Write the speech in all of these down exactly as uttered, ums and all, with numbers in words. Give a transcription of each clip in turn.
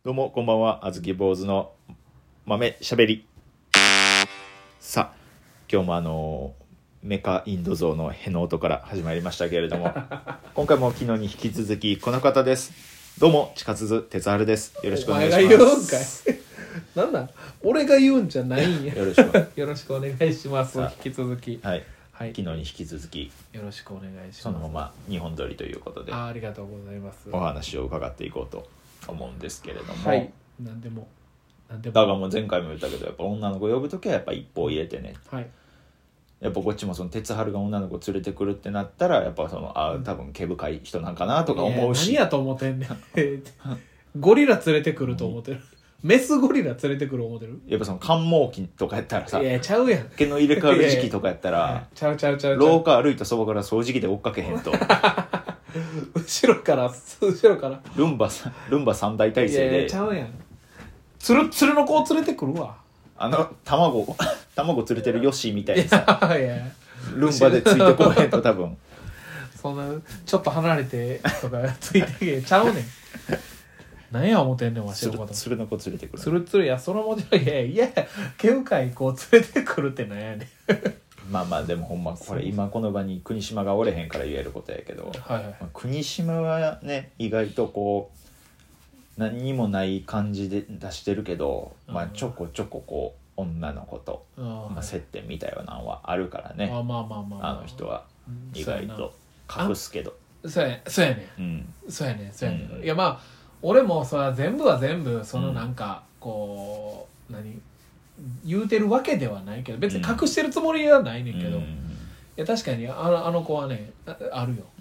どうもこんばんは、あずき坊主の豆しゃべり。さあ今日もあのメカインド像のへの音から始まりましたけれども今回も昨日に引き続きこの方です。どうも近津哲治です。よろしくお願いします。 お前が言うんかいなんだ俺が言うんじゃないんやよろしくよろしくお願いします。引き続きはい、 はい、 昨日に引き続きよろしくお願いします。 そのままにほん撮りということであ, ありがとうございます。 お話を伺っていこうと思うんですけれども、 はい、何でも何でもだからもう前回も言ったけど、やっぱ女の子呼ぶときはやっぱ一歩入れてね、 はい、 やっぱこっちもその哲治が女の子連れてくるってなったらやっぱそのあ多分毛深い人なんかなとか思うし、 何やと思ってんねんゴリラ連れてくると思ってる、メスゴリラ連れてくる思ってる。 やっぱその寒毛期とかやったらさ、 いやちゃうやん、 毛の入れ替わる時期とかやったらちゃうちゃうちゃうちゃう、 廊下歩いたそばから掃除機で追っかけへんと後ろから後ろからルンバルンバ三大体制いやいでやちゃうやん、つるつるの子を連れてくるわ。 あの卵卵連れてるヨッシーみたいにさいやルンバでついてこへんと多分そんなちょっと離れてとかついてけちゃうねん何や思ってんねんわしのこと。 つるの子連れてくるつるつる、いやそのもちろんいやいや毛深い子を連れてくるってなんやねんまあまあでもほんまこれ今この場に国島がおれへんから言えることやけど、 はいはい、 まあ国島はね意外とこう何にもない感じで出してるけど、まあ、ちょこちょここう女の子と、 あ、 まあ、接点みたいなのはあるからね。 あまあまあまあ、まあ、 あの人は意外と隠すけど、 そうやそうやねん、 うん、 そうやねんそうやねん、 うん、 いやまあ俺もそれは全部は全部そのなんかこう、うん、何言うてるわけではないけど別に隠してるつもりはないねんけど、うん、いや確かにあの、あの子はね あ, あるよ、うん、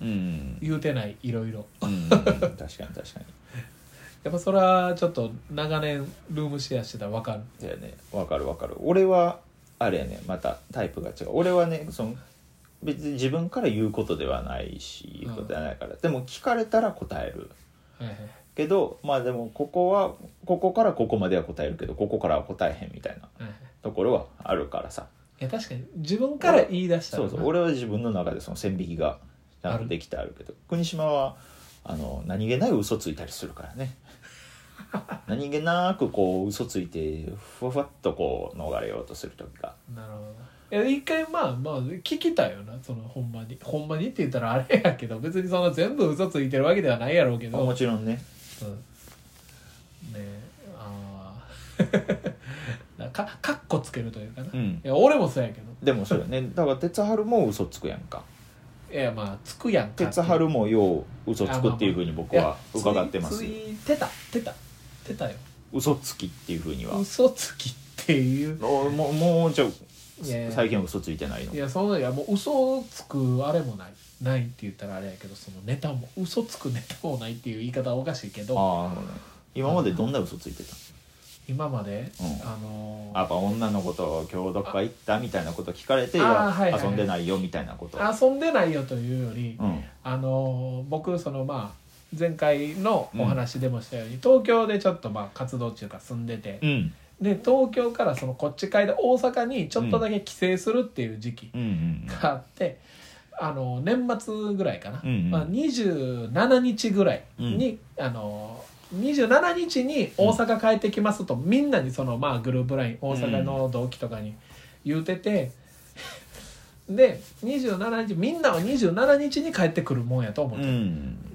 言うてないいろいろ、うん、 確かに確かにやっぱそれはちょっと長年ルームシェアしてたら分かる。 だよね、分かる分かる。俺はあれやね、またタイプが違う。俺はねその別に自分から言うことではないし言うことではないから、うん、でも聞かれたら答える、はいはい、けどまあでもここはここからここまでは答えるけどここからは答えへんみたいなところはあるからさ。 いや確かに自分から言い出したらそうそう俺は自分の中でその線引きがちゃんとできてあるけど、国島はあの何気ない嘘ついたりするからね何気なくこう嘘ついてふわふわっとこう逃れようとする時が。なるほど。 いや一回まあまあ聞きたいよな、そのほんまにほんまにって言ったらあれやけど別にその全部嘘ついてるわけではないやろうけど、 もちろんね、 うん、ねえああかかっこつけるというかな、うん、いや俺もそうやけどでもそうよねだから哲治も嘘つくやんか。 いやまあつくやんか。 哲治もよう嘘つくっていうふうに僕は伺ってます。 ついてたてたてたよ嘘つきっていうふうには。 嘘つきっていうもうもうじゃ最近は嘘ついてないの。 いやそのいやもう嘘つくあれもないないって言ったらあれやけど、そのネタも嘘つくネタもないっていう言い方はおかしいけど。 ああ、ね、今までどんな嘘ついてた？ 今まで、 うん、 あのー、 やっぱ女の子と今日どっか行ったみたいなこと聞かれて、はいはいはい、遊んでないよみたいなこと。 遊んでないよというより、 うん、あのー、僕そのまあ前回のお話でもしたように、うん、東京でちょっとまあ活動中か住んでて、うん、で東京からそのこっち帰って大阪にちょっとだけ帰省するっていう時期があって、あの年末ぐらいかな、うんうんまあ、にじゅうしちにちぐらいに、うん、あのにじゅうしちにちに大阪帰ってきますと、うん、みんなにそのまあグループライン大阪の同期とかに言うてて、うん、でにじゅうしちにちみんなはにじゅうしちにちに帰ってくるもんやと思ってる、うん、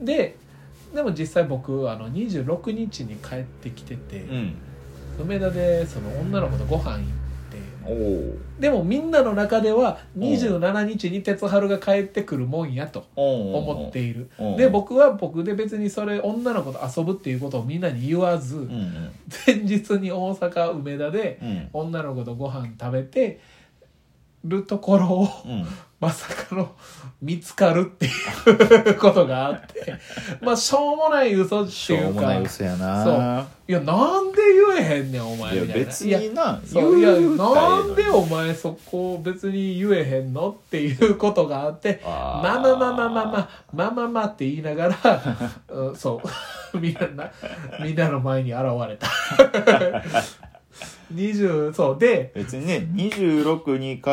ででも実際僕あのにじゅうろくにちに帰ってきてて、うん、梅田でその女の子とご飯行って、おでもみんなの中ではにじゅうしちにちに哲治が帰ってくるもんやと思っている。で僕は僕で別にそれ女の子と遊ぶっていうことをみんなに言わず、うんうん、前日に大阪梅田で女の子とご飯食べてるところを、うんまさかの見つかるっていうことがあってまあしょうもない嘘っていうかしょうもない嘘やな。 そういやなんで言えへんねんお前みたいな。 いや別になそういやなんでお前そこ別に言えへんのっていうことがあってまあまあまあまあまあまあまあまあまあって言いながら、うん、そうみんなみんなの前に現れたにじゅうそうで別にねにじゅうろくに帰って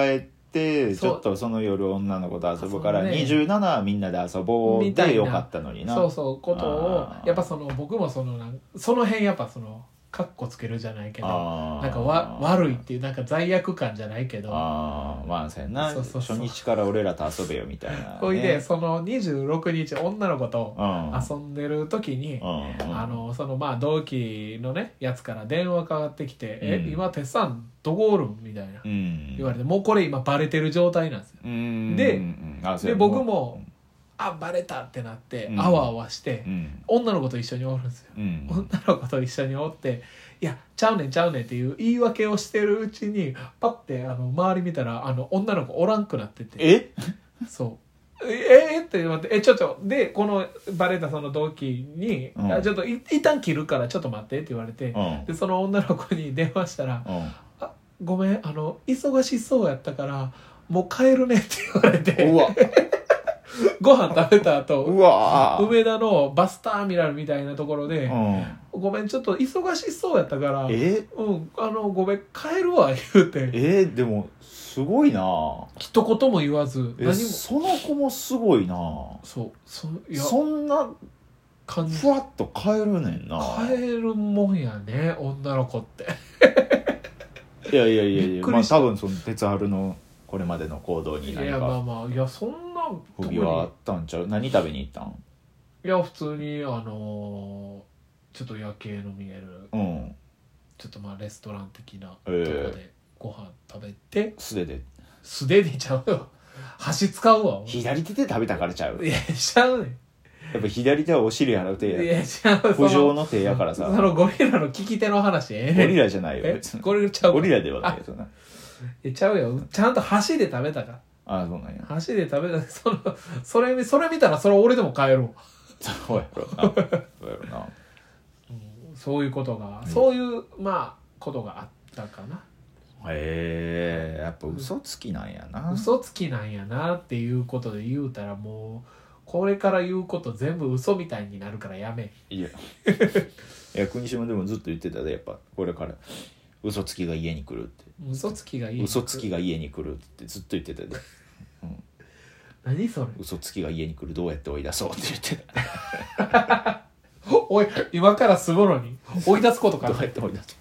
てちょっとその夜女の子と遊ぶからにじゅうななはみんなで遊ぼうでよかったのにな。 そうそうことをやっぱその僕もそのなんその辺やっぱそのカッコつけるじゃないけどなんかわ悪いっていうなんか罪悪感じゃないけどあまあそうやな。そうそうそう初日から俺らと遊べよみたいな、ね、 こいでそのにじゅうろくにち女の子と遊んでる時に、 うんうん、 あのそのまあ同期のねやつから電話かかってきて「うん、え今鉄さんどこおるん?」みたいな、うん、言われてもうこれ今バレてる状態なんですよ。うん、で、うん、で僕もあバレたってなって、うん、あわあわして、うん、女の子と一緒におるんですよ、うん、女の子と一緒におっていやちゃうねんちゃうねんっていう言い訳をしてるうちにパッてあの周り見たらあの女の子おらんくなっててえそうええって言われてえちょっとでこのバレたその同期に、うん、ちょっとい一旦切るからちょっと待ってって言われて、うん、でその女の子に電話したら、うん、あごめんあの忙しそうやったからもう帰るねって言われてうわご飯食べた後うわ梅田のバスターミナルみたいなところで、うん、ごめんちょっと忙しそうやったからえ、うん、あのごめん帰るわ言うてえー、でもすごいな一言も言わず何もその子もすごいなそうそいやそんな感じふわっと帰るねんな帰るもんやね女の子っていやいやいやいやまあ多分その鉄春のこれまでの行動に何かいやまあまあいやそんな不備はあったんちゃう何食べに行ったんいや普通にあのー、ちょっと夜景の見える、うん、ちょっとまあレストラン的なとこでご飯食べて、 えー、素手で素手でちゃうよ箸使うわ左手で食べたからちゃういやちゃうねんやっぱ左手はお尻洗う手やいや違う浮上の手やからさそのゴリラの利き手の話ええねゴリラじゃないよ別にゴリラちゃうゴリラではないよそんなえちゃうよちゃんと箸で食べたからああそうなんや箸で食べたそのそれそれ見たらそれ俺でも帰るわそうやろなそうやろな、 うん、そういうことが、うん、そういうまあことがあったかなへえやっぱ嘘つきなんやな嘘つきなんやなっていうことで言うたらもうこれから言うこと全部嘘みたいになるからやめいやいや国島でもずっと言ってたでやっぱこれから嘘つきが家に来るって嘘つきが家に来る嘘つきが家に来るってずっと言ってたで、うん、 何それ嘘つきが家に来るどうやって追い出そうって言ってたおい今から住むのに追い出すことかどうやって追い出す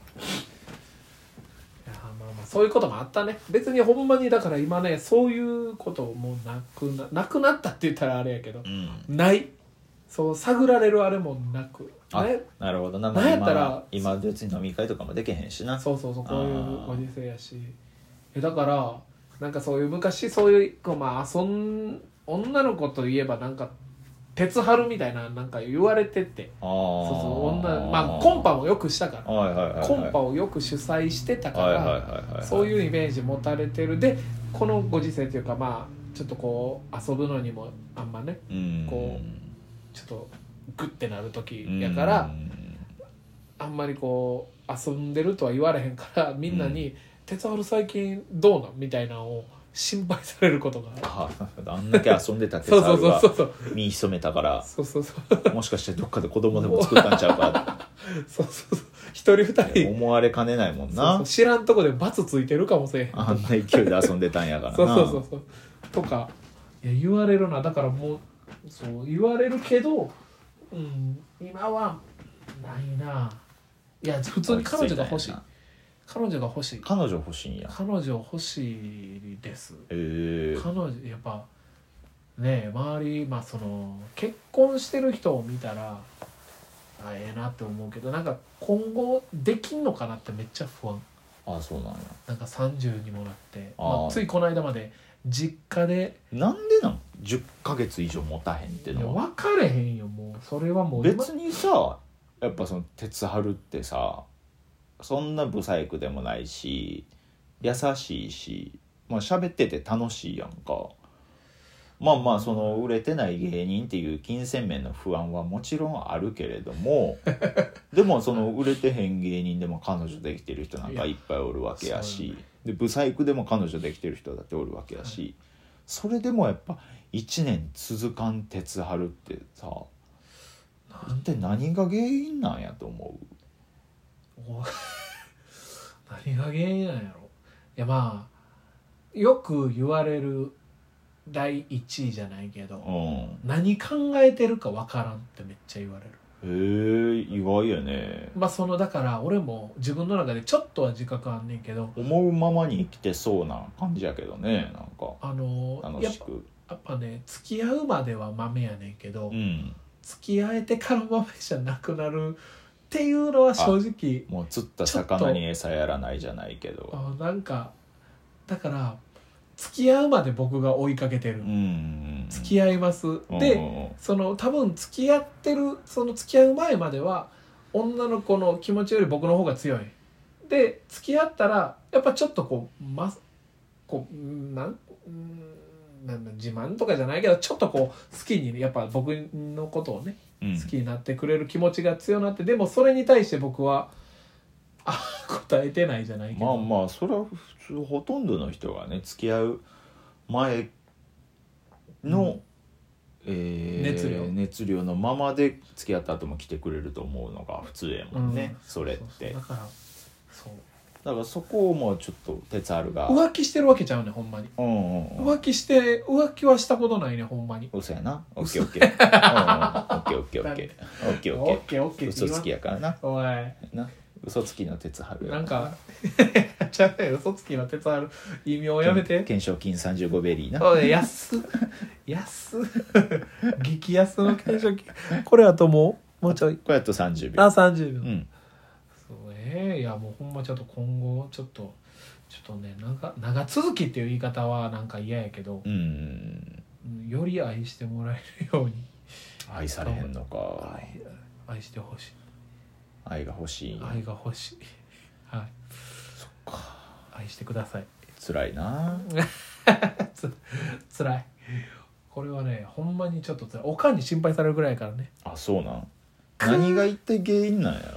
そういうこともあったね別にほんまにだから今ねそういうこともなく な, なくなったって言ったらあれやけど、うん、ないそう探られるあれもなくあ、ね、なるほどな、まあ、 なんやったら今別に飲み会とかもできへんしなそうそうそうこういうご時世やしえだからなんかそういう昔そういう、まあ、遊ん女の子といえばなんか鉄春みたいななんか言われててあそうそう女、まあ、コンパもよくしたから、はいはいはいはい、コンパをよく主催してたから、はいはいはいはい、そういうイメージ持たれてるでこのご時世というかまあちょっとこう遊ぶのにもあんまねこうちょっとグッてなる時やからあんまりこう遊んでるとは言われへんからみんなに「鉄春最近どうなん?」みたいなのを心配されることがある あ, あんだけ遊んでた鉄春が身潜めたからそうそうそうもしかしてどっかで子供でも作ったんちゃうかそうそうそう一人二人思われかねないもんなそうそう知らんとこで罰ついてるかもしれへんあんな勢いで遊んでたんやからなそうそうそうそうとかいや言われるなだからもうそう言われるけど、うん、今はないないや普通に彼女が欲しい彼女が欲しい彼女欲しいんや彼女欲しいですへえ彼女やっぱね周りまあその結婚してる人を見たらあええなって思うけどなんか今後できんのかなってめっちゃ不安あそうなんやなんかさんじゅうにもなってまあ、ついこの間まで実家でなんでなんじゅっかげつ以上持たへんってのは分かれへんよもうそれはもう別にさやっぱその鉄春ってさそんなブサイクでもないし優しいしまあ喋ってて楽しいやんかまあまあその売れてない芸人っていう金銭面の不安はもちろんあるけれどもでもその売れてへん芸人でも彼女できてる人なんかいっぱいおるわけやしでブサイクでも彼女できてる人だっておるわけやしそれでもやっぱいちねん続かん鉄春ってさ一体何が原因なんやと思う何が原因なんやろいやまあよく言われるだいいちいじゃないけど、 うん、 何考えてるかわからんってめっちゃ言われる。 へえ意外やね。 まあそのだから俺も自分の中でちょっとは自覚あんねんけど、 思うままに生きてそうな感じやけどね、なんかあの楽しくやっぱね付き合うまでは豆やねんけど、 うん、 付き合えてから豆じゃなくなるっていうのは正直もう釣った魚に餌やらないじゃないけど、 あなんかだから付き合うまで僕が追いかけてる、 うんうん、 付き合いますで、 うんその多分付き合ってるその付き合う前までは女の子の気持ちより僕の方が強いで、付き合ったらやっぱちょっとこう、ま、こうなんなんだ自慢とかじゃないけどちょっとこう好きにやっぱ僕のことをね、うん、好きになってくれる気持ちが強くなって、でもそれに対して僕はあ答えてないじゃないけど、 まあまあそれは普通ほとんどの人がね付き合う前の、うんえー、熱量熱量のままで付き合った後も来てくれると思うのが普通やもんね、うん、それって。 そうそうだからそうだからそこをもうちょっと鉄あるが浮気してるわけちゃうねほんまに、うんうんうん、浮気して浮気はしたことないねほんまに。 嘘やな。オッケーオッケーオッケーオッケーオッケーオッケーオッケーオッケーオッケー嘘つきやからな。 おいな嘘つきの鉄春やなんかちゃうね嘘つきの鉄春異名をやめて。 懸賞金さんじゅうごベリーな。 おい安っ安っ激安の懸賞金これやともうもうちょいこれやとさんじゅうびょう。 あさんじゅうびょう、 うんそうえー、いやもうほんまちょっと今後ちょっとちょっとね長長続きっていう言い方はなんか嫌やけど、 うんより愛してもらえるように。 愛されへんのか。 愛, 愛してほしい。 愛が欲しい。 愛が欲しい。はい。 そっか。 愛してください。 辛いな。 つ辛い。これはねほんまにちょっと辛い。おかんに心配されるぐらいからね。 あそうなん。何が一体原因なんや